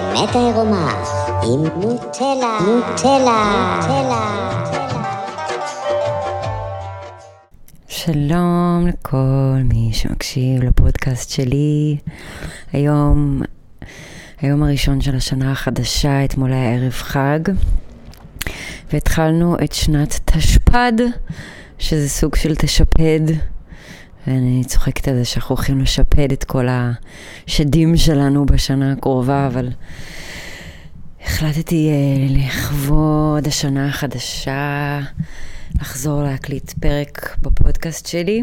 האמת העירומה עם נוטלה. שלום לכל מי שמקשיב לפודקאסט שלי. היום הראשון של השנה החדשה, אתמול היה ערב חג, והתחלנו את שנת תשפ"ד, שזה סוג של תשפד, ואני צוחקת על זה שאנחנו הולכים לשפד את כל השדים שלנו בשנה הקרובה, אבל החלטתי לכבוד השנה החדשה לחזור להקליט פרק בפודקאסט שלי.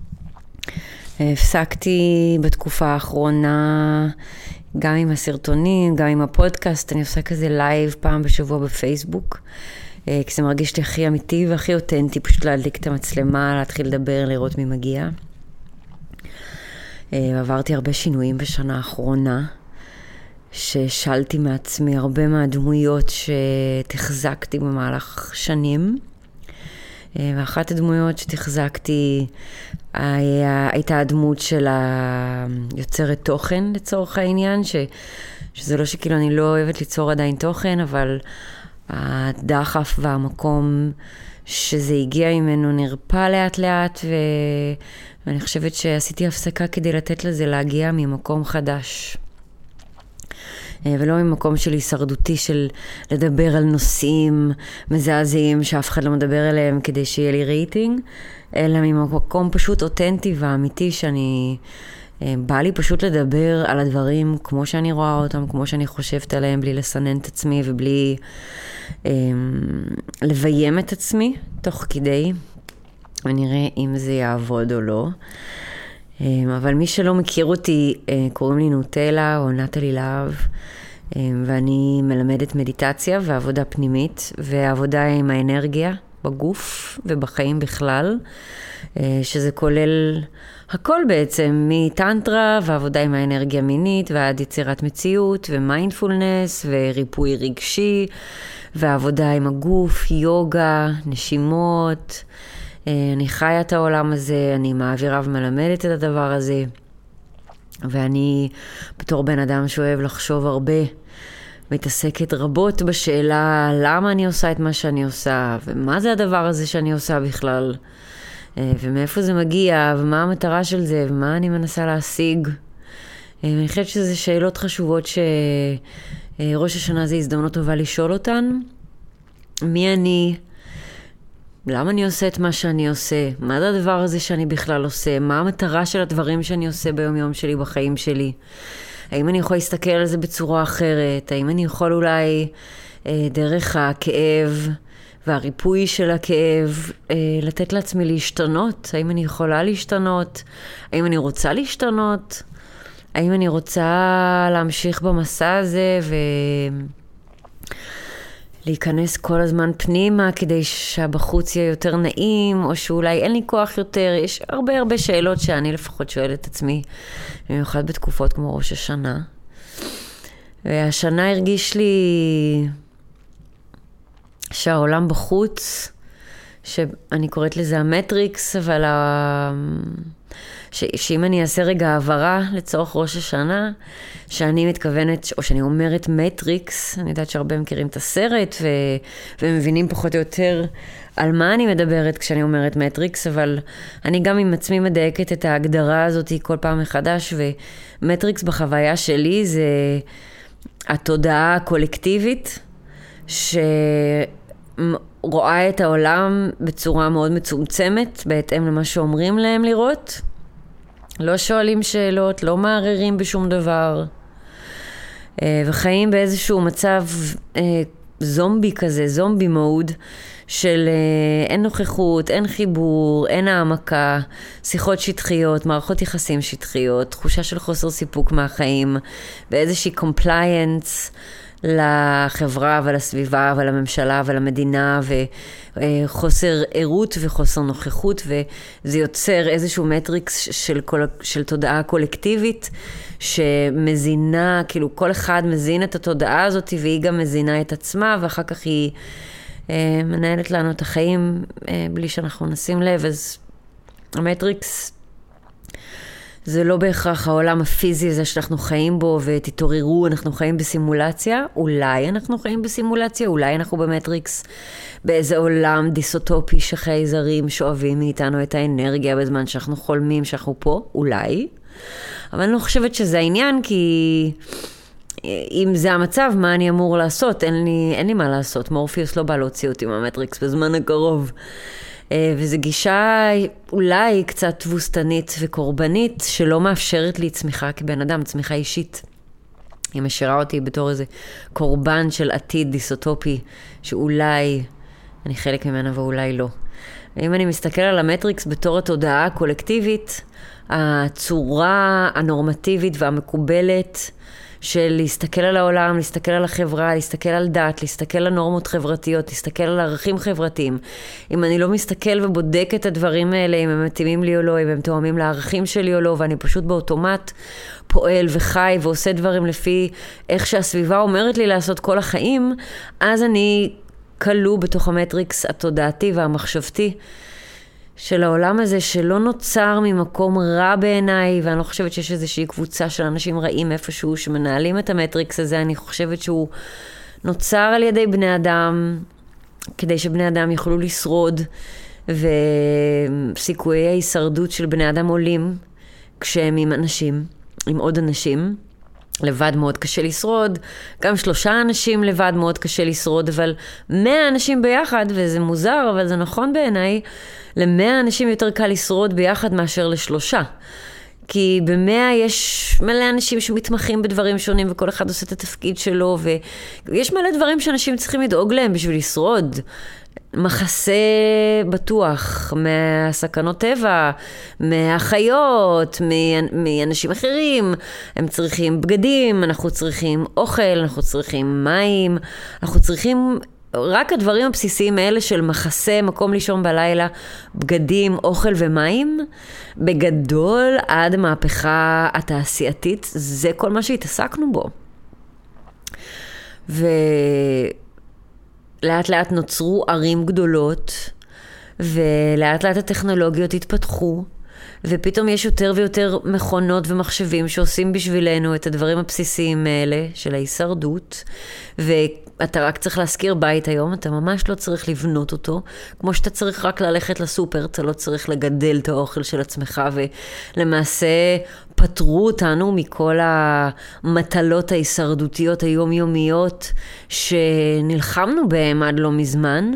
הפסקתי בתקופה האחרונה גם עם הסרטונים, גם עם הפודקאסט. אני עושה כזה לייב פעם בשבוע בפייסבוק, כי זה מרגיש לי הכי אמיתי והכי אותנטי, פשוט להדליק את המצלמה, להתחיל לדבר, לראות מי מגיע. עברתי הרבה שינויים בשנה האחרונה, ששאלתי מעצמי הרבה מהדמויות שתחזקתי במהלך שנים. ואחת הדמויות שתחזקתי הייתה הדמות של היוצרת תוכן לצורך העניין, שזה לא שכאילו אני לא אוהבת ליצור עדיין תוכן, אבל הדחף והמקום שזה הגיע ממנו נרפא לאט לאט, ואני חושבת שעשיתי הפסקה כדי לתת לזה להגיע ממקום חדש. ולא ממקום של הישרדותי של לדבר על נושאים מזעזעים שאף אחד לא מדבר עליהם כדי שיהיה לי רייטינג, אלא ממקום פשוט אותנטי ואמיתי שאני בא לי פשוט לדבר על הדברים כמו שאני רואה אותם, כמו שאני חושבת עליהם, בלי לסנן את עצמי ובלי לביים את עצמי תוך כדי, ונראה אם זה יעבוד או לא. אבל מי שלא מכיר אותי, קוראים לי נוטלה או נטלי להב, ואני מלמדת מדיטציה ועבודה פנימית ועבודה עם האנרגיה בגוף ובחיים בכלל, שזה כולל הכל בעצם, מטנטרה ועבודה עם האנרגיה מינית ועד יצירת מציאות ומיינדפולנס וריפוי רגשי ועבודה עם הגוף, יוגה, נשימות. אני חיה את העולם הזה, אני מעבירה ומלמדת את הדבר הזה, ואני בתור בן אדם שאוהב לחשוב הרבה, מתעסקת רבות בשאלה למה אני עושה את מה שאני עושה, ומה זה הדבר הזה שאני עושה בכלל, ומאיפה זה מגיע, ומה המטרה של זה, ומה אני מנסה להשיג. אני חושבת שזה שאלות חשובות שראש השנה זה הזדמנות טובה לשאול אותן. מי אני? למה אני עושה את מה שאני עושה? מה זה הדבר הזה שאני בכלל עושה? מה המטרה של הדברים שאני עושה ביום יום שלי, בחיים שלי? האם אני יכול להסתכל על זה בצורה אחרת? האם אני יכול אולי דרך הכאב והריפוי של הכאב לתת לעצמי להשתנות? האם אני יכולה להשתנות? האם אני רוצה להשתנות? האם אני רוצה להמשיך במסע הזה להיכנס כל הזמן פנימה כדי שהבחוץ יהיה יותר נעים, או שאולי אין לי כוח יותר? יש הרבה שאלות שאני לפחות שואלת את עצמי, במיוחד בתקופות כמו ראש השנה. והשנה הרגיש לי שהעולם בחוץ, שאני קוראת לזה המטריקס, אבל שאם אני אעשה רגע העברה לצורך ראש השנה, שאני מתכוונת, או שאני אומרת מטריקס, אני יודעת שהרבה מכירים את הסרט, ומבינים פחות או יותר על מה אני מדברת כשאני אומרת מטריקס, אבל אני גם עם עצמי מדייקת את ההגדרה הזאת כל פעם מחדש, ומטריקס בחוויה שלי זה התודעה הקולקטיבית, שרואה את העולם בצורה מאוד מצומצמת, בהתאם למה שאומרים להם לראות. לא שואלים שאלות, לא מערערים בשום דבר, וחיים באיזשהו מצב זומבי כזה, זומבי מוד, של אין נוכחות, אין חיבור, אין העמקה, שיחות שטחיות, מערכות יחסים שטחיות, תחושה של חוסר סיפוק מהחיים, ואיזושהי קומפליינס לחברה ולסביבה ולממשלה ולמדינה, וחוסר עירות וחוסר נוכחות, וזה יוצר איזשהו מטריקס של תודעה קולקטיבית שמזינה, כאילו כל אחד מזין את התודעה הזאת, והיא גם מזינה את עצמה, ואחר כך היא מנהלת לנו את החיים בלי שאנחנו נשים לב. אז המטריקס זה לא בהכרח העולם הפיזי הזה שאנחנו חיים בו, ותתעוררו, אנחנו חיים בסימולציה. אולי אנחנו חיים בסימולציה, אולי אנחנו במטריקס, באיזה עולם דיסוטופי שחייזרים שואבים מאיתנו את האנרגיה בזמן שאנחנו חולמים שאנחנו פה, אולי. אבל אני לא חושבת שזה העניין, כי אם זה המצב, מה אני אמור לעשות? אין לי מה לעשות. מורפיוס לא בא להוציא אותי מהמטריקס בזמן הקרוב. וזו גישה אולי קצת תבוסתנית וקורבנית, שלא מאפשרת לי צמיחה כבן אדם, צמיחה אישית. היא משאירה אותי בתור איזה קורבן של עתיד דיסוטופי, שאולי אני חלק ממנה ואולי לא. ואם אני מסתכל על המטריקס בתור התודעה הקולקטיבית, הצורה הנורמטיבית והמקובלת של להסתכל על העולם, להסתכל על החברה, להסתכל על דת, להסתכל על נורמות חברתיות, להסתכל על ערכים חברתיים. אם אני לא מסתכל ובודק את הדברים האלה, אם הם מתאימים לי או לא, אם הם תואמים לערכים שלי או לא, ואני פשוט באוטומט פועל וחי ועושה דברים לפי איך שהסביבה אומרת לי לעשות כל החיים, אז אני כלוא בתוך המטריקס התודעתי והמחשבתי של העולם הזה, שלא נוצר ממקום רע בעיניי, ואני לא חושבת שיש איזושהי קבוצה של אנשים רעים איפשהו שמנהלים את המטריקס הזה. אני חושבת שהוא נוצר על ידי בני אדם, כדי שבני אדם יוכלו לשרוד, וסיכויי ההישרדות של בני אדם עולים כשהם עם אנשים, עם עוד אנשים. לבד מאוד קשה לשרוד, גם 3 אנשים לבד מאוד קשה לשרוד, אבל 100 אנשים ביחד, וזה מוזר, אבל זה נכון בעיניי, ל100 אנשים יותר קל לשרוד ביחד מאשר ל3. כי ב100 יש מלא אנשים שמתמחים בדברים שונים, וכל אחד עושה את התפקיד שלו, ויש מלא דברים שאנשים צריכים לדאוג להם בשביל לשרוד. מחסה בטוח מהסכנות טבע, מהחיות, מאנשים אחרים. הם צריכים בגדים, אנחנו צריכים אוכל, אנחנו צריכים מים, אנחנו צריכים רק הדברים הבסיסיים האלה של מחסה, מקום לישון בלילה, בגדים, אוכל ומים. בגדול, עד המהפכה התעשייתית, זה כל מה שהתעסקנו בו. לאט לאט נוצרו ערים גדולות, ולאט לאט הטכנולוגיות התפתחו, ופתאום יש יותר ויותר מכונות ומחשבים שעושים בשבילנו את הדברים הבסיסיים האלה של ההישרדות, ואתה רק צריך להזכיר בית היום, אתה ממש לא צריך לבנות אותו, כמו שאתה צריך רק ללכת לסופר, אתה לא צריך לגדל את האוכל של עצמך, ולמעשה פטרו אותנו מכל המטלות ההישרדותיות היומיומיות שנלחמנו בהם עד לא מזמן,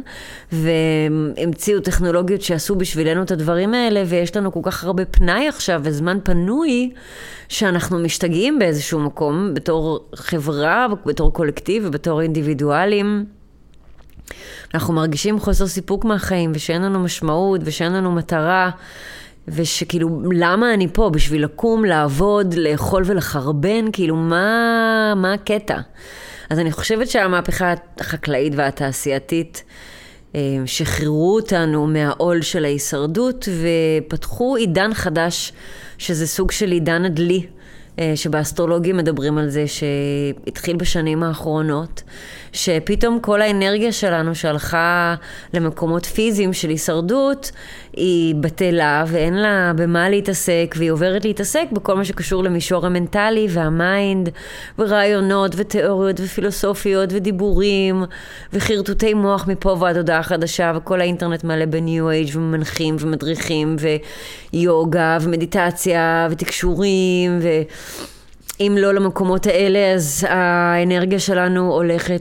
והמציאו טכנולוגיות שעשו בשבילנו את הדברים האלה, ויש לנו כל כך הרבה פנאי עכשיו וזמן פנוי, שאנחנו משתגעים באיזשהו מקום, בתור חברה, בתור קולקטיב ובתור אינדיבידואלים. אנחנו מרגישים חוסר סיפוק מהחיים, ושאין לנו משמעות, ושאין לנו מטרה, ושכאילו, למה אני פה? בשביל לקום, לעבוד, לאכול ולחרבן? כאילו, מה הקטע? אז אני חושבת שהמהפכה החקלאית והתעשייתית שחררו אותנו מהעול של ההישרדות, ופתחו עידן חדש, שזה סוג של עידן הדלי, שבאסטרולוגיה מדברים על זה, שהתחיל בשנים האחרונות, שפתאום כל האנרגיה שלנו שהלכה למקומות פיזיים של הישרדות, היא בטלה ואין לה במה להתעסק, והיא עוברת להתעסק בכל מה שקשור למישור המנטלי והמיינד, ורעיונות ותיאוריות ופילוסופיות ודיבורים, וחרטוטי מוח מפה ועד הודעה חדשה, וכל האינטרנט מלא בניו אייג' ומנחים ומדריכים ויוגה ומדיטציה ותקשורים, ואם לא למקומות האלה, אז האנרגיה שלנו הולכת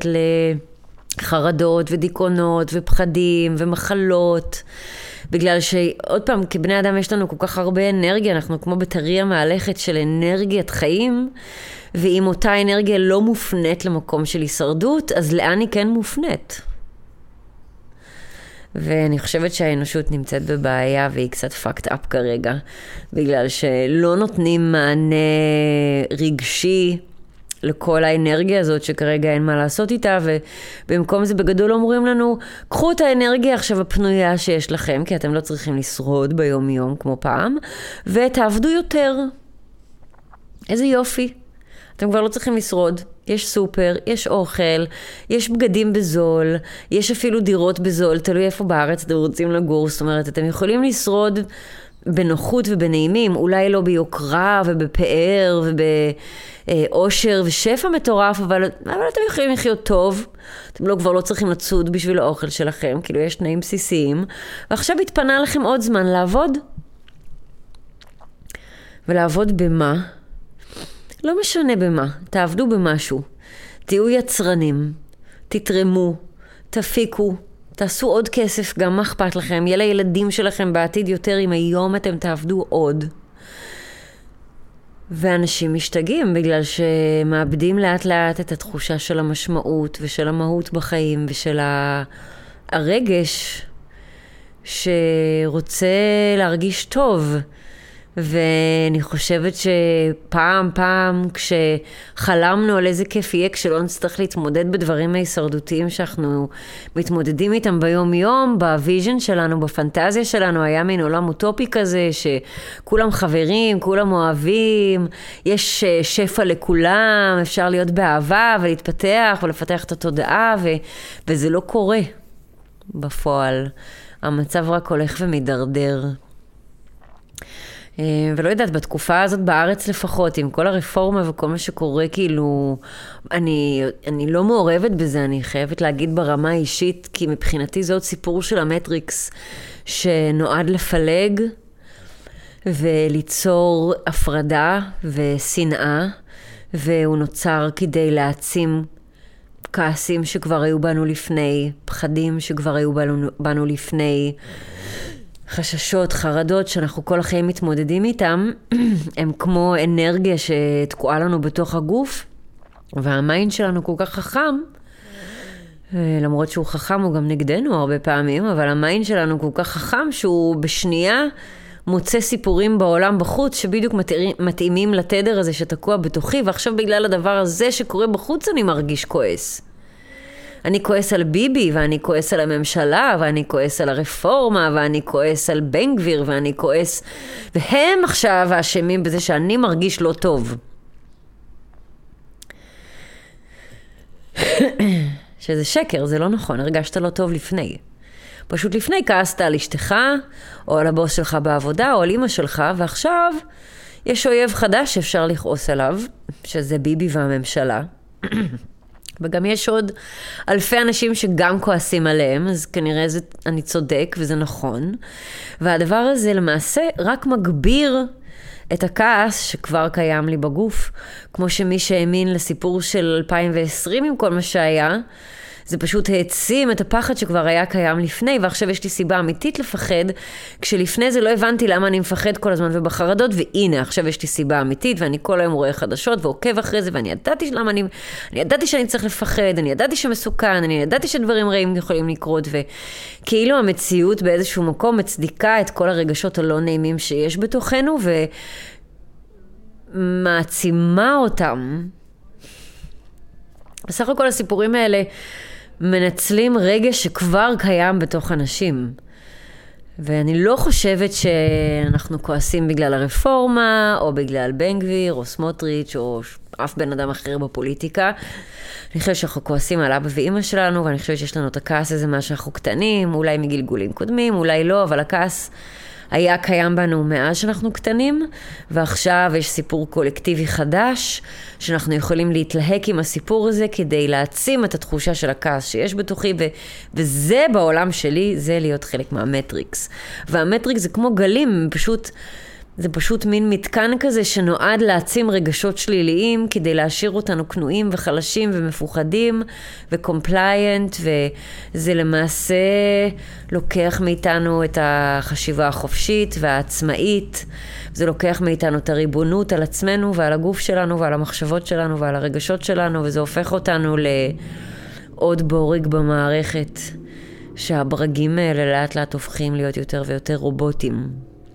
לחרדות ודיכאונות ופחדים ומחלות, בגלל שעוד פעם, כבני אדם יש לנו כל כך הרבה אנרגיה, אנחנו כמו בטריה מהלכת של אנרגיית חיים, ואם אותה אנרגיה לא מופנית למקום של הישרדות, אז לאן היא כן מופנית? ואני חושבת שהאנושות נמצאת בבעיה, והיא קצת fucked up כרגע, בגלל שלא נותנים מענה רגשי לכל האנרגיה הזאת שכרגע אין מה לעשות איתה, ובמקום זה בגדול אומרים לנו, קחו את האנרגיה עכשיו הפנויה שיש לכם, כי אתם לא צריכים לשרוד ביום יום כמו פעם, ותעבדו יותר. איזה יופי. אתם כבר לא צריכים לשרוד. יש סופר, יש אוכל, יש בגדים בזול, יש אפילו דירות בזול, תלוי איפה בארץ אתם רוצים לגור, זאת אומרת, אתם יכולים לשרוד בנוחות ובנעימים, אולי לא ביוקרה ובפאר ובאושר ושפע מטורף, אבל אתם יכולים לחיות טוב, אתם כבר לא צריכים לצוד בשביל האוכל שלכם, כאילו יש תנאים בסיסיים, ועכשיו התפנה לכם עוד זמן לעבוד. ולעבוד במה? לא משנה במה, תעבדו במשהו, תהיו יצרנים, תתרמו, תפיקו, תעשו עוד כסף, גם מה אכפת לכם, יהיה לילדים שלכם בעתיד יותר אם היום אתם תעבדו עוד. ואנשים משתגעים בגלל שמאבדים לאט לאט את התחושה של המשמעות ושל המהות בחיים ושל הרגש שרוצה להרגיש טוב. ואני חושבת שפעם כשחלמנו על איזה כיף יהיה כשלא נצטרך להתמודד בדברים ההישרדותיים שאנחנו מתמודדים איתם ביום יום, בוויז'ן שלנו, בפנטזיה שלנו, היה מין עולם אוטופי כזה שכולם חברים, כולם אוהבים, יש שפע לכולם, אפשר להיות באהבה ולהתפתח ולפתח את התודעה וזה לא קורה בפועל. המצב רק הולך ומדרדר. ולא יודעת, בתקופה הזאת בארץ לפחות, עם כל הרפורמה וכל מה שקורה, כאילו, אני לא מעורבת בזה, אני חייבת להגיד ברמה האישית, כי מבחינתי זה עוד סיפור של המטריקס, שנועד לפלג וליצור הפרדה ושנאה, והוא נוצר כדי להעצים כעסים שכבר היו בנו לפני, פחדים שכבר היו בנו לפני, חששות, חרדות שאנחנו כל החיים מתמודדים איתם, הם כמו אנרגיה שתקועה לנו בתוך הגוף, והמיינד שלנו כל כך חכם, למרות שהוא חכם הוא גם נגדנו הרבה פעמים, אבל המיינד שלנו כל כך חכם שהוא בשנייה מוצא סיפורים בעולם בחוץ שבדיוק מתאימים לתדר הזה שתקוע בתוכי, ועכשיו בגלל הדבר הזה שקורה בחוץ אני מרגיש כועס. אני כועס על ביבי, ואני כועס על הממשלה, ואני כועס על הרפורמה, ואני כועס על בן גביר, ואני כועס, והם עכשיו האשמים בזה שאני מרגיש לא טוב. שזה שקר, זה לא נכון, הרגשת לא טוב לפני. פשוט לפני כעסת על אשתך, או על הבוס שלך בעבודה, או על אמא שלך, ועכשיו יש אויב חדש שאפשר לכעוס עליו, שזה ביבי והממשלה. וגם יש עוד אלפי אנשים שגם כועסים עליהם, אז כנראה אני צודק וזה נכון. והדבר הזה למעשה רק מגביר את הכעס שכבר קיים לי בגוף. כמו שמי שהאמין לסיפור של 2020 עם כל מה שהיה, זה פשוט העצים את הפחד שכבר היה קיים לפני, ועכשיו יש לי סיבה אמיתית לפחד, כשלפני זה לא הבנתי למה אני מפחד כל הזמן ובחרדות, והנה עכשיו יש לי סיבה אמיתית, ואני כל היום רואה חדשות ועוקב אחרי זה, ואני ידעתי למה אני ידעתי שאני צריך לפחד, אני ידעתי שמסוכן, אני ידעתי שדברים רעים יכולים לקרות, וכאילו המציאות באיזשהו מקום מצדיקה את כל הרגשות הלא נעימים שיש בתוכנו, ומעצימה אותם. בסך הכל הסיפורים האלה מנצלים רגש שכבר קיים בתוך אנשים. ואני לא חושבת שאנחנו כועסים בגלל הרפורמה, או בגלל בן גביר, או סמוטריץ', או אף בן אדם אחר בפוליטיקה. אני חושבת שאנחנו כועסים על אבא ואמא שלנו, ואני חושבת שיש לנו את הכעס הזה מה שאנחנו קטנים, אולי מגלגולים קודמים, אולי לא, אבל הכעס היה קיים בנו מאז שאנחנו קטנים, ועכשיו יש סיפור קולקטיבי חדש, שאנחנו יכולים להתלהק עם הסיפור הזה, כדי להעצים את התחושה של הכעס שיש בתוכי, וזה בעולם שלי, זה להיות חלק מהמטריקס. והמטריקס זה כמו גלים, זה פשוט מין מתקן כזה שנועד להעצים רגשות שליליים כדי להשאיר אותנו כנועים וחלשים ומפוחדים וקומפליינט, וזה למעשה לוקח מאיתנו את החשיבה החופשית והעצמאית, זה לוקח מאיתנו את הריבונות על עצמנו ועל הגוף שלנו ועל המחשבות שלנו ועל הרגשות שלנו, וזה הופך אותנו לעוד בורג במערכת, שהברגים האלה לאט לאט הופכים להיות יותר ויותר רובוטים.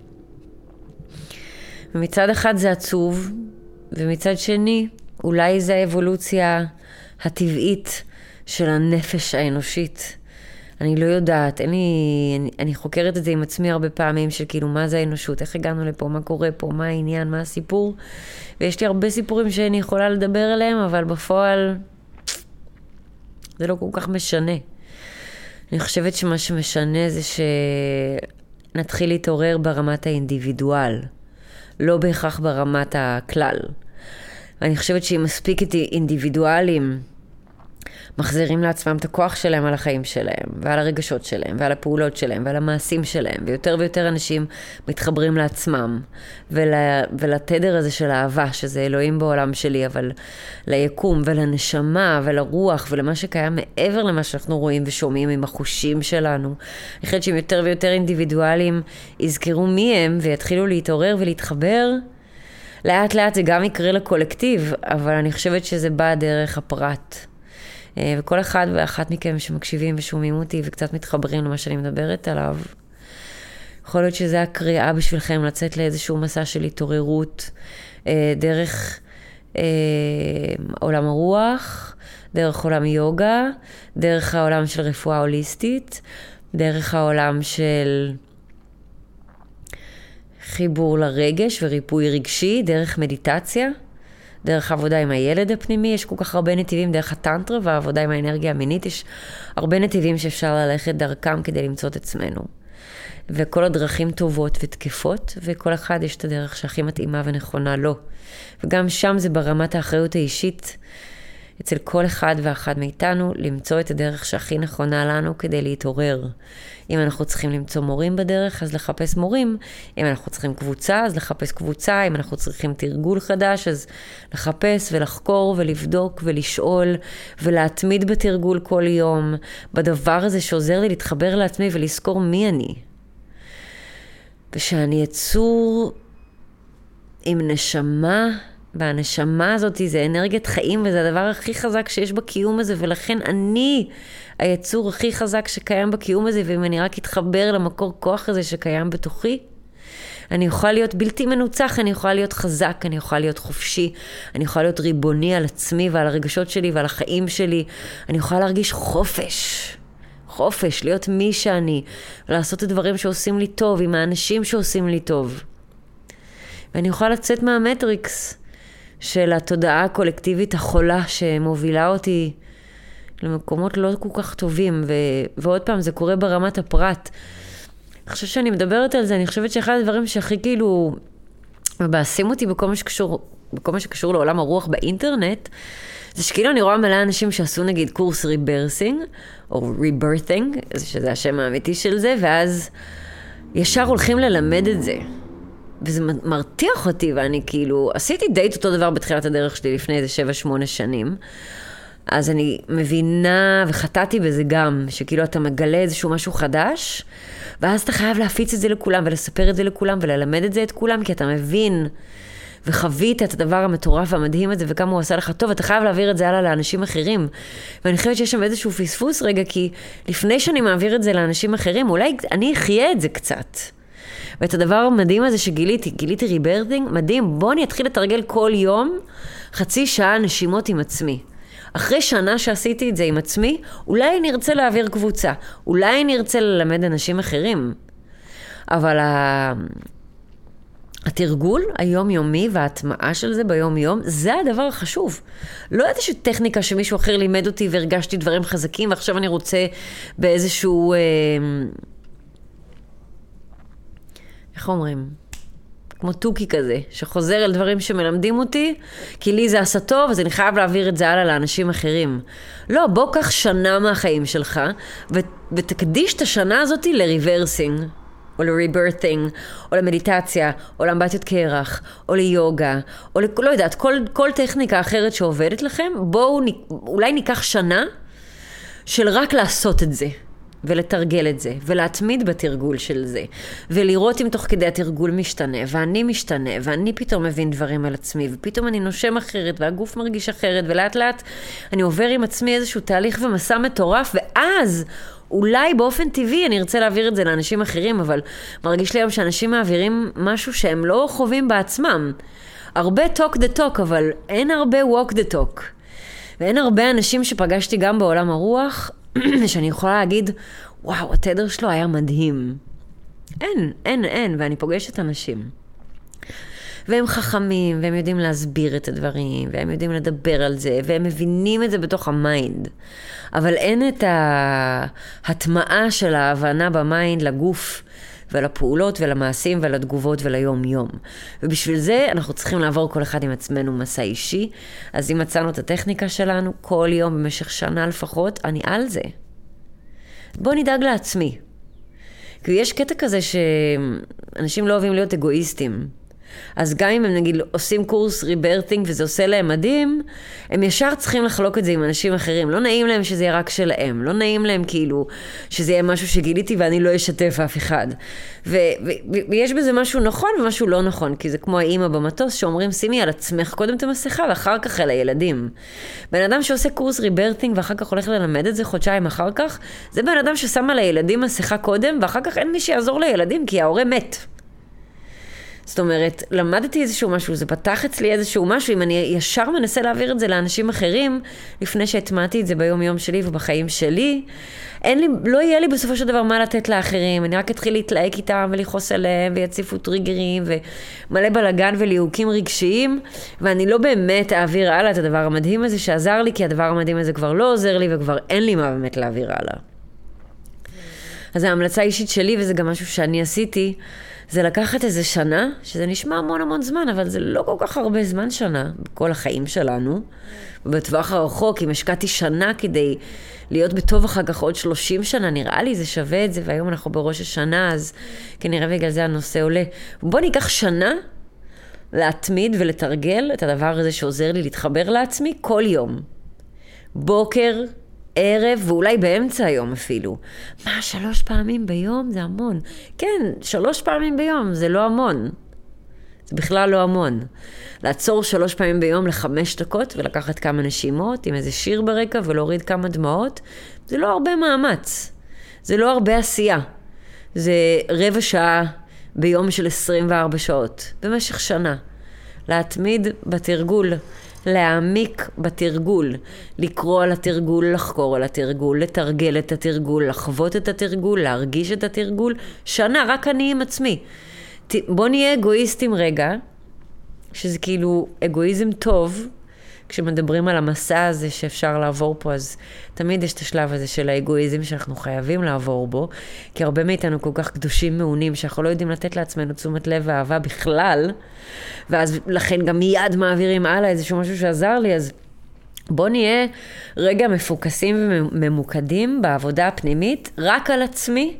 ומצד אחד זה עצוב, ומצד שני, אולי זה האבולוציה הטבעית של הנפש האנושית. אני לא יודעת, אני חוקרת את זה עם עצמי הרבה פעמים, של כאילו מה זה האנושות, איך הגענו לפה, מה קורה פה, מה העניין, מה הסיפור. ויש לי הרבה סיפורים שאני יכולה לדבר עליהם, אבל בפועל זה לא כל כך משנה. אני חושבת שמה שמשנה זה נתחיל להתעורר ברמת האינדיבידואל, לא בהכרח ברמת הכלל. אני חושבת שאם מספיק אינדיבידואלים מחזירים לעצמם את הכוח שלהם על החיים שלהם, ועל הרגשות שלהם, ועל הפעולות שלהם, ועל המעשים שלהם, ויותר ויותר אנשים מתחברים לעצמם, ולתדר הזה של האהבה, שזה אלוהים בעולם שלי, אבל ליקום, ולנשמה, ולרוח, ולמה שקיים מעבר למה שאנחנו רואים ושומעים עם החושים שלנו. אני חושבת שאם יותר ויותר אינדיבידואלים יזכרו מי הם, ויתחילו להתעורר ולהתחבר, לאט לאט זה גם יקרה לקולקטיב, אבל אני חושבת שזה בא דרך הפרט. וכל אחד ואחת מכם שמקשיבים ושומעים אותי וקצת מתחברים למה שאני מדברת עליו, יכול להיות שזה הקריאה בשבילכם לצאת לאיזשהו מסע של התעוררות דרך עולם הרוח, דרך עולם יוגה, דרך העולם של רפואה הוליסטית, דרך העולם של חיבור לרגש וריפוי רגשי, דרך מדיטציה, דרך עבודה עם הילד הפנימי. יש כל כך הרבה נתיבים, דרך הטנטרה והעבודה עם האנרגיה המינית, יש הרבה נתיבים שאפשר ללכת דרכם כדי למצוא את עצמנו. וכל הדרכים טובות ותקפות, וכל אחד יש את הדרך שהכי מתאימה ונכונה לו. וגם שם זה ברמת האחריות האישית, אצל כל אחד ואחד מאיתנו, למצוא את הדרך שהכי נכונה לנו כדי להתעורר. אם אנחנו צריכים למצוא מורים בדרך, אז לחפש מורים. אם אנחנו צריכים קבוצה, אז לחפש קבוצה. אם אנחנו צריכים תרגול חדש, אז לחפש ולחקור ולבדוק ולשאול ולהתמיד בתרגול כל יום, בדבר הזה שעוזר לי להתחבר לעצמי ולזכור מי אני. ושאני יצור עם נשמה, והנשמה הזאת זה אנרגיית חיים, וזה הדבר הכי חזק שיש בקיום הזה, ולכן אני היצור הכי חזק שקיים בקיום הזה, ואם אני רק אתחבר למקור כוח הזה שקיים בתוכי, אני יכולה להיות בלתי מנוצח, אני יכולה להיות חזק, אני יכולה להיות חופשי, אני יכולה להיות ריבוני על עצמי ועל הרגשות שלי ועל החיים שלי, אני יכולה להרגיש חופש, להיות מי שאני, ולעשות את הדברים שעושים לי טוב, עם האנשים שעושים לי טוב. ואני יכולה לצאת מהמטריקס של התודעה הקולקטיבית החולה שמובילה אותי למקומות לא כל כך טובים, ועוד פעם זה קורה ברמת הפרט. אני חושבת שאני מדברת על זה, אני חושבת שאחד הדברים שהכי כאילו מבאסים אותי בכל מה שקשור לעולם הרוח באינטרנט, זה שכאילו אני רואה מלא אנשים שעשו נגיד קורס ריברסינג, או ריברת'ינג, שזה השם האמיתי של זה, ואז ישר הולכים ללמד את זה. וזה מרתיח אותי, ואני כאילו, עשיתי דייט אותו דבר בתחילת הדרך שלי לפני איזה 7-8 שנים, אז אני מבינה וחטאתי בזה גם, שכאילו אתה מגלה איזשהו משהו חדש, ואז אתה חייב להפיץ את זה לכולם, ולספר את זה לכולם, וללמד את זה את כולם, כי אתה מבין וחווית את הדבר המטורף והמדהים הזה, וכמה הוא עשה לך טוב, אתה חייב להעביר את זה הלאה לאנשים אחרים. ואני חושבת שיש שם איזשהו פספוס רגע, כי לפני שאני מעביר את זה לאנשים אחרים, אולי אני אחיה את זה קצת. ואת הדבר המדהים הזה גיליתי ריברת'ינג, מדהים, בוא אני אתחיל לתרגל כל יום, חצי שעה נשימות עם עצמי. אחרי שנה שעשיתי את זה עם עצמי, אולי נרצה להעביר קבוצה, אולי נרצה ללמד אנשים אחרים. אבל התרגול היומיומי וההטמעה של זה ביום-יום, זה הדבר החשוב. לא איזושהי טכניקה שמישהו אחר לימד אותי והרגשתי דברים חזקים, ועכשיו אני רוצה באיזשהו איך אומרים? כמו טוקי כזה, שחוזר על דברים שמלמדים אותי, כי לי זה עשה טוב, אז אני חייב להעביר את זה הלאה לאנשים אחרים. לא, בוא קח שנה מהחיים שלך, ותקדיש את השנה הזאת לריברסינג, או לריברת'ינג, או למדיטציה, או לאמבטיות קרח, או ליוגה, או לא יודעת, כל טכניקה אחרת שעובדת לכם, בואו אולי ניקח שנה של רק לעשות את זה. ולתרגל את זה, ולהתמיד בתרגול של זה, ולראות אם תוך כדי התרגול משתנה, ואני משתנה, ואני פתאום מבין דברים על עצמי, ופתאום אני נושם אחרת, והגוף מרגיש אחרת, ולאט לאט אני עובר עם עצמי איזשהו תהליך ומסע מטורף, ואז אולי באופן טבעי אני ארצה להעביר את זה לאנשים אחרים, אבל מרגיש לי היום שאנשים מעבירים משהו שהם לא חווים בעצמם. הרבה talk the talk, אבל אין הרבה walk the talk. ואין הרבה אנשים שפגשתי גם בעולם הרוח, שאני יכולה להגיד, וואו, התדר שלו היה מדהים. אין, ואני פוגשת אנשים. והם חכמים, והם יודעים להסביר את הדברים, והם יודעים לדבר על זה, והם מבינים את זה בתוך המיינד. אבל אין את ההטמעה של ההבנה במיינד לגוף, ולפעולות ולמעשים ולתגובות וליום יום. ובשביל זה אנחנו צריכים לעבור כל אחד עם עצמנו מסע אישי. אז אם מצאנו את הטכניקה שלנו, כל יום במשך שנה לפחות, אני על זה. בוא נדאג לעצמי. כי יש קטע כזה שאנשים לא אוהבים להיות אגואיסטים. אז גם אם הם נגיד עושים קורס ריברטינג וזה עושה להם מדהים, הם ישר צריכים לחלוק את זה עם אנשים אחרים. לא נעים להם שזה יהיה רק שלהם. לא נעים להם כאילו שזה יהיה משהו שגיליתי ואני לא אשתף אף אחד. ויש בזה משהו נכון ומשהו לא נכון. כי זה כמו האמא במטוס שאומרים, שימי על עצמך קודם את המסכה ואחר כך אל הילדים. בן אדם שעושה קורס ריברטינג ואחר כך הולך ללמד את זה חודשיים אחר כך, זה בן אדם ששם על הילדים מסכה קודם ואחר כך אין מי שיעזור לילדים כי ההורה מת. זאת אומרת, למדתי איזשהו משהו, זה פתח אצלי איזשהו משהו, אם אני ישר מנסה להעביר את זה לאנשים אחרים, לפני שהטמעתי את זה ביום יום שלי ובחיים שלי, לא יהיה לי בסופו של דבר מה לתת לאחרים, אני רק אתחיל להתלהק איתם ולכעוס עליהם, ויציפו טריגרים, ומלא בלגן וליהוקים רגשיים, ואני לא באמת אעביר הלאה את הדבר המדהים הזה שעזר לי, כי הדבר המדהים הזה כבר לא עוזר לי, וכבר אין לי מה באמת להעביר הלאה. אז ההמלצה האישית שלי, וזה גם משהו שאני עשיתי, זה לקחת איזה שנה, שזה נשמע המון המון זמן, אבל זה לא כל כך הרבה זמן שנה, בכל החיים שלנו. ובטווח הרחוק, אם השקעתי שנה כדי להיות בטוב אחר כך עוד 30 שנה, נראה לי זה שווה את זה, והיום אנחנו בראש השנה, אז כנראה בגלל זה הנושא עולה. בוא ניקח שנה להתמיד ולתרגל את הדבר הזה שעוזר לי להתחבר לעצמי כל יום. בוקר, ערב, ואולי באמצע היום אפילו. 3 פעמים ביום? זה המון. כן, 3 פעמים ביום, זה לא המון. זה בכלל לא המון. לעצור 3 פעמים ביום ל5 דקות, ולקחת כמה נשימות, עם איזה שיר ברקע, ולהוריד כמה דמעות, זה לא הרבה מאמץ. זה לא הרבה עשייה. זה רבע שעה ביום של 24 שעות, במשך שנה. להתמיד בתרגול. להעמיק בתרגול, לקרוא על התרגול, לחקור על התרגול, לתרגל את התרגול, לחוות את התרגול, להרגיש את התרגול, שנה, רק אני עם עצמי. בוא נהיה אגואיסטים רגע, שזה כאילו אגואיזם טוב, כשמדברים על המסע הזה שאפשר לעבור פה, אז תמיד יש את השלב הזה של האגואיזם שאנחנו חייבים לעבור בו, כי הרבה מאיתנו כל כך קדושים מעונים, שאנחנו לא יודעים לתת לעצמנו תשומת לב ואהבה בכלל, ואז לכן גם מיד מעבירים הלאה איזשהו משהו שעזר לי, אז בוא נהיה רגע מפוקסים וממוקדים בעבודה הפנימית, רק על עצמי,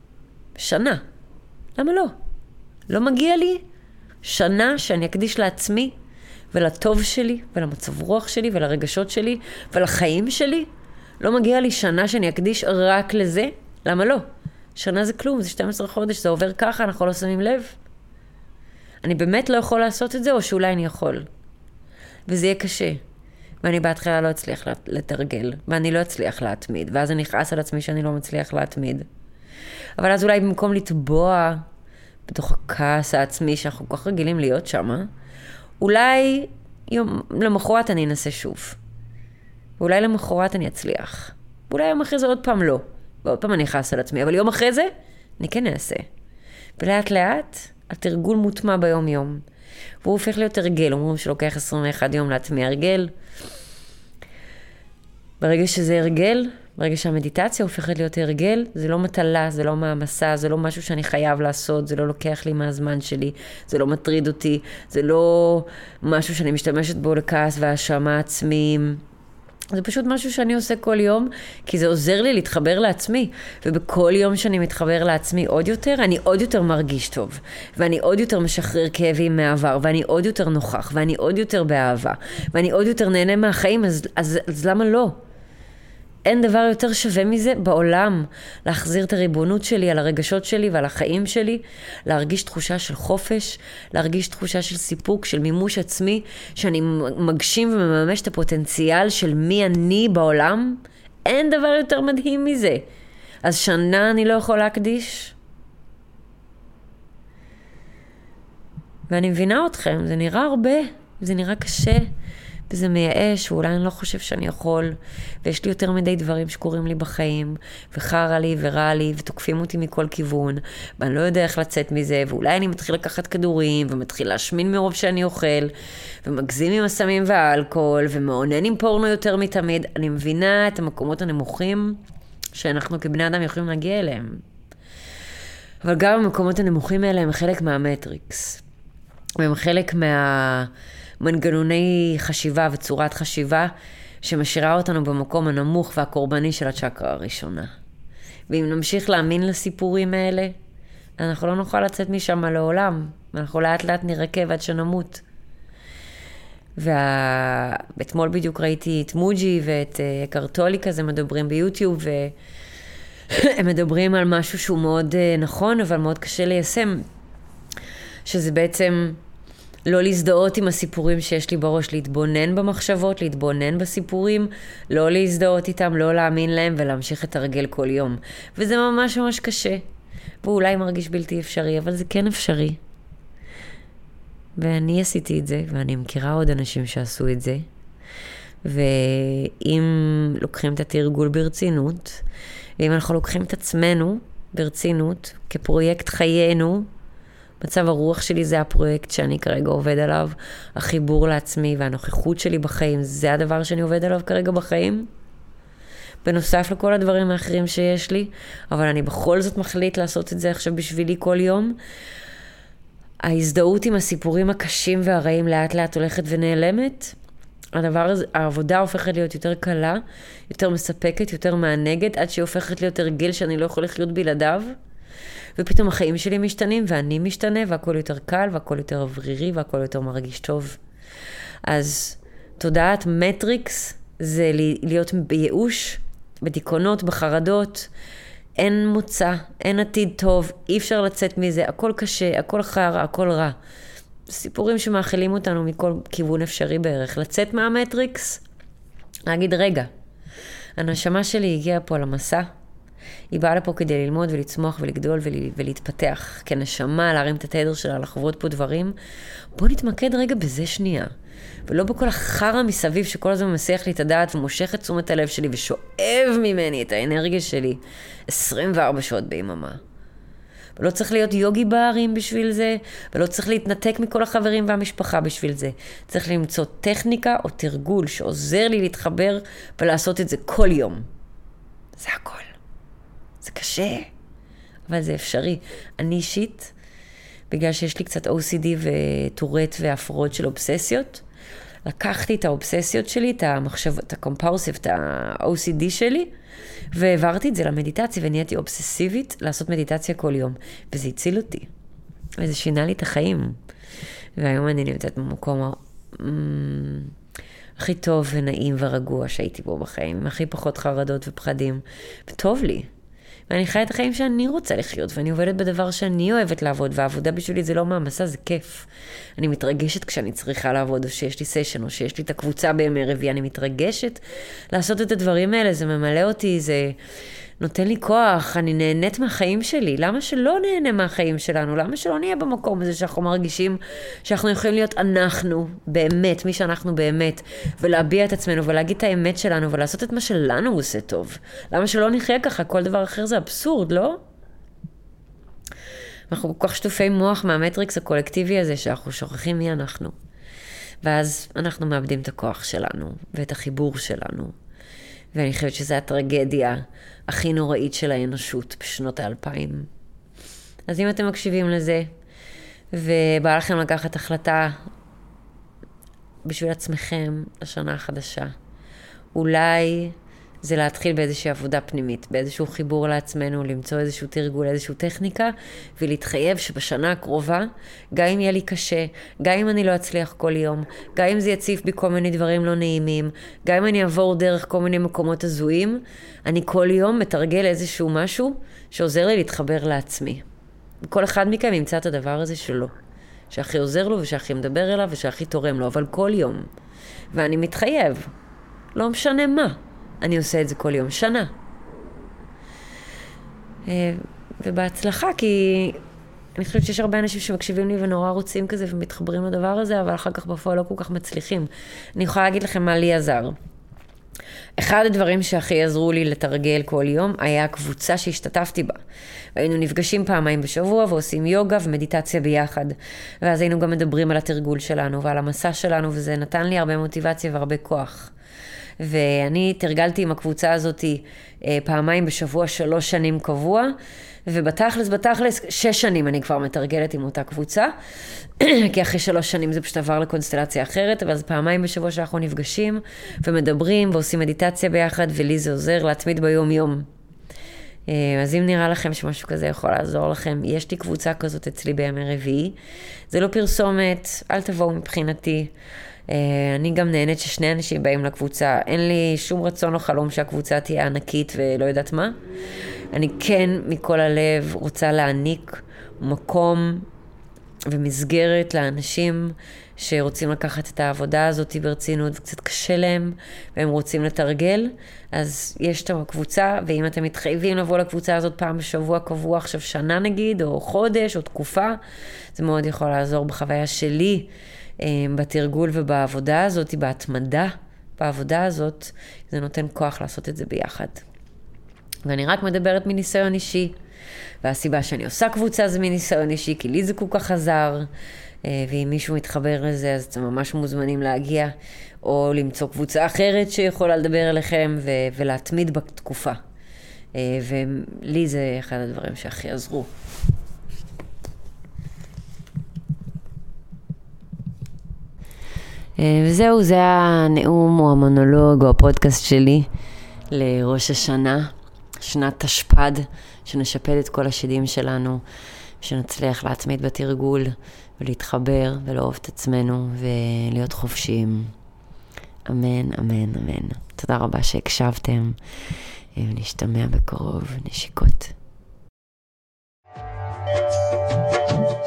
שנה. למה לא? לא מגיע לי שנה שאני אקדיש לעצמי, ולטוב שלי, ולמצב רוח שלי, ולרגשות שלי, ולחיים שלי. לא מגיע לי שנה שאני אקדיש רק לזה. למה לא? שנה זה כלום, זה 12 חודש, זה עובר ככה, אנחנו לא שמים לב. אני באמת לא יכול לעשות את זה, או שאולי אני יכול. וזה יהיה קשה. ואני בהתחלה לא אצליח לתרגל, ואני לא אצליח להתמיד, ואז אני אכעס על עצמי שאני לא מצליח להתמיד. אבל אז אולי במקום לטבוע בתוך הכעס העצמי, שאנחנו כל כך רגילים להיות שם, אולי למחרת אני אנסה שוב. ואולי למחרת אני אצליח. ואולי יום אחרי זה עוד פעם לא. ועוד פעם אני אכעס על עצמי. אבל יום אחרי זה אני כן אעשה. ולאט לאט התרגול מוטמע ביום יום. והוא הופך להיות הרגל. אומרים שלוקח 21 יום להטמיע הרגל. ברגע שזה הרגל, ברגע שהמדיטציה הופכת להיות הרגל, זה לא מטלה, זה לא מעמסה, זה לא משהו שאני חייב לעשות, זה לא לוקח לי מהזמן שלי, זה לא מטריד אותי, זה לא משהו שאני משתמשת בו לכעס והאשמה עצמיים. זה פשוט משהו שאני עושה כל יום, כי זה עוזר לי להתחבר לעצמי. ובכל יום שאני מתחבר לעצמי עוד יותר, אני עוד יותר מרגיש טוב. ואני עוד יותר משחרר כאבים מהעבר, ואני עוד יותר נוכח, ואני עוד יותר באהבה, ואני עוד יותר נהנה מהחיים, אז למה לא? אין דבר יותר שווה מזה בעולם, להחזיר את הריבונות שלי על הרגשות שלי ועל החיים שלי, להרגיש תחושה של חופש, להרגיש תחושה של סיפוק, של מימוש עצמי, שאני מגשים ומממש את הפוטנציאל של מי אני בעולם. אין דבר יותר מדהים מזה. אז שנה אני לא יכול להקדיש. ואני מבינה אתכם, זה נראה הרבה, זה נראה קשה. וזה מייאש, ואולי אני לא חושב שאני יכול, ויש לי יותר מדי דברים שקורים לי בחיים, וחרה לי ורע לי, ותוקפים אותי מכל כיוון, ואני לא יודע איך לצאת מזה, ואולי אני מתחיל לקחת כדורים, ומתחיל להשמין מרוב שאני אוכל, ומגזים עם הסמים והאלכוהול, ומעונן עם פורנו יותר מתמיד. אני מבינה את המקומות הנמוכים, שאנחנו כבני אדם יכולים להגיע אליהם. אבל גם המקומות הנמוכים האלה הם חלק מהמטריקס. והם חלק מהמנגנוני חשיבה וצורת חשיבה שמשאירה אותנו במקום הנמוך והקורבני של הצ'קרה הראשונה. ואם נמשיך להאמין לסיפורים האלה, אנחנו לא נוכל לצאת משם לעולם. אנחנו לאט לאט נרקב עד שנמות. ואתמול בדיוק ראיתי את מוג'י ואת קרטולי כזה מדברים ביוטיוב, והם מדברים על משהו שהוא מאוד נכון, אבל מאוד קשה ליישם. שזה בעצם לא להזדהות עם הסיפורים שיש לי בראש, להתבונן במחשבות, להתבונן בסיפורים, לא להזדהות איתם, לא להאמין להם ולהמשיך לתרגל כל יום. וזה ממש ממש קשה. ואולי מרגיש בלתי אפשרי, אבל זה כן אפשרי. ואני עשיתי את זה, ואני מכירה עוד אנשים שעשו את זה. ואם לוקחים את התרגול ברצינות, ואם אנחנו לוקחים את עצמנו ברצינות, כפרויקט חיינו, מצב הרוח שלי זה הפרויקט שאני כרגע עובד עליו, החיבור לעצמי והנוכחות שלי בחיים, זה הדבר שאני עובד עליו כרגע בחיים. בנוסף לכל הדברים האחרים שיש לי, אבל אני בכל זאת מחליט לעשות את זה עכשיו בשבילי כל יום. ההזדהות עם הסיפורים הקשים והרעים לאט לאט הולכת ונעלמת. העבודה הופכת להיות יותר קלה, יותר מספקת, יותר מענגת, עד שהיא הופכת להיות הרגל שאני לא יכול לחיות בלעדיו. ופתאום החיים שלי משתנים, ואני משתנה, והכל יותר קל, והכל יותר אוורירי, והכל יותר מרגיש טוב. אז תודעת מטריקס זה להיות בייאוש, בדיכאונות, בחרדות. אין מוצא, אין עתיד טוב, אי אפשר לצאת מזה, הכל קשה, הכל חרא, הכל רע. סיפורים שמאכילים אותנו מכל כיוון אפשרי בערך. לצאת מהמטריקס, להגיד, רגע, הנשמה שלי הגיעה פה למסע, היא באה לפה כדי ללמוד ולצמוח ולגדול ולהתפתח כנשמה, להרים את התדר שלה, לחוות פה דברים. בוא נתמקד רגע בזה שנייה. ולא בכל החרא מסביב שכל הזמן מסיח לי את הדעת ומושך את תשומת הלב שלי ושואב ממני את האנרגיה שלי 24 שעות ביממה. ולא צריך להיות יוגי בערים בשביל זה, ולא צריך להתנתק מכל החברים והמשפחה בשביל זה. צריך למצוא טכניקה או תרגול שעוזר לי להתחבר ולעשות את זה כל יום. זה הכל. זה קשה, אבל זה אפשרי. אני אישית, בגלל שיש לי קצת OCD וטורט והפרעות של אובססיות, לקחתי את האובססיות שלי, את הקומפולסיב, את ה-OCD שלי, והעברתי את זה למדיטציה, ונהייתי אובססיבית לעשות מדיטציה כל יום. וזה הציל אותי. וזה שינה לי את החיים. והיום אני נמצאת במקום הכי טוב ונעים ורגוע שהייתי בו בחיים, עם הכי פחות חרדות ופחדים. וטוב לי. ואני חיה את החיים שאני רוצה לחיות, ואני עובדת בדבר שאני אוהבת לעבוד, והעבודה בשבילי זה לא מעמסה, זה כיף. אני מתרגשת כשאני צריכה לעבוד, או שיש לי סשן, או שיש לי את הקבוצה בימי רביעי, אני מתרגשת לעשות את הדברים האלה, זה ממלא אותי, זה נותן לי כוח, אני נהנית מהחיים שלי. למה שלא נהנה מהחיים שלנו? למה שלא נהיה במקום הזה שאנחנו מרגישים שאנחנו יכולים להיות אנחנו, באמת, מי שאנחנו באמת, ולהביע את עצמנו, ולהגיד את האמת שלנו, ולעשות את מה שלנו עושה טוב? למה שלא נחיה ככה? כל דבר אחר זה אבסורד, לא? אנחנו כל כך שטופי מוח מהמטריקס הקולקטיבי הזה, שאנחנו שוכחים מי אנחנו. ואז אנחנו מאבדים את הכוח שלנו, ואת החיבור שלנו. ואני חושבת שזו הטרגדיה הכי נוראית של האנושות בשנות ה-2000. אז אם אתם מקשיבים לזה, ובא לכם לקחת החלטה בשביל עצמכם לשנה החדשה, אולי זה להתחיל באיזושהי עבודה פנימית, באיזשהו חיבור לעצמנו, למצוא איזשהו תרגול, איזשהו טכניקה, ולהתחייב שבשנה הקרובה, גם אם יהיה לי קשה, גם אם אני לא אצליח כל יום, גם אם זה יציף בי כל מיני דברים לא נעימים, גם אם אני אעבור דרך כל מיני מקומות הזויים, אני כל יום מתרגל איזשהו משהו שעוזר לי להתחבר לעצמי. כל אחד מכם ימצא את הדבר הזה שלו, שהכי עוזר לו ושהכי מדבר אליו ושהכי תורם לו, אבל כל יום. ואני מתחייב, לא משנה מה. אני עושה את זה כל יום, שנה. ובהצלחה, כי אני חושבת שיש הרבה אנשים שמקשיבים לי ונורא רוצים כזה ומתחברים לדבר הזה, אבל אחר כך בפועל לא כל כך מצליחים. אני יכולה להגיד לכם מה לי עזר. אחד הדברים שהכי עזרו לי לתרגל כל יום היה הקבוצה שהשתתפתי בה. והיינו נפגשים פעמיים בשבוע ועושים יוגה ומדיטציה ביחד. ואז היינו גם מדברים על התרגול שלנו ועל המסע שלנו, וזה נתן לי הרבה מוטיבציה והרבה כוח. ואני תרגלתי עם הקבוצה הזאת פעמיים בשבוע 3 שנים קבוע, ובתכלס, 6 שנים אני כבר מתרגלת עם אותה קבוצה, כי אחרי 3 שנים זה פשוט עבר לקונסטלציה אחרת, אבל אז פעמיים בשבוע שאנחנו נפגשים ומדברים ועושים מדיטציה ביחד, ולי זה עוזר להתמיד ביום יום. אז אם נראה לכם שמשהו כזה יכול לעזור לכם, יש לי קבוצה כזאת אצלי בימי רביעי. זה לא פרסומת, אל תבואו מבחינתי. אני גם נהנית ששני אנשים באים לקבוצה. אין לי שום רצון או חלום שהקבוצה תהיה ענקית ולא יודעת מה. אני כן מכל הלב רוצה להעניק מקום ומסגרת לאנשים שרוצים לקחת את העבודה הזאת ברצינות, וקצת קשה להם, והם רוצים לתרגל, אז יש את הקבוצה, ואם אתם מתחייבים לבוא לקבוצה הזאת פעם בשבוע קבוע, עכשיו שנה נגיד, או חודש, או תקופה, זה מאוד יכול לעזור בחוויה שלי, בתרגול ובעבודה הזאת, בהתמדה בעבודה הזאת, זה נותן כוח לעשות את זה ביחד. ואני רק מדברת מניסיון אישי, והסיבה שאני עושה קבוצה זה מניסיון אישי, כי לי זה כל כך עזר, ואם מישהו מתחבר לזה, אז אתם ממש מוזמנים להגיע, או למצוא קבוצה אחרת שיכולה לדבר אליכם, ולהתמיד בתקופה. ולי זה אחד הדברים שהכי עזרו. וזהו, זה הנאום או המונולוג או הפודקאסט שלי לראש השנה, שנת תשפ"ד, שנשפד את כל השדים שלנו, שנצליח להתמיד בתרגול ולהתחבר ולאהוב את עצמנו ולהיות חופשיים. אמן, אמן, אמן. תודה רבה שהקשבתם, ונשתמע בקרוב. נשיקות.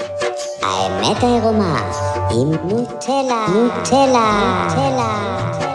האמת העירומה עם נוטלה.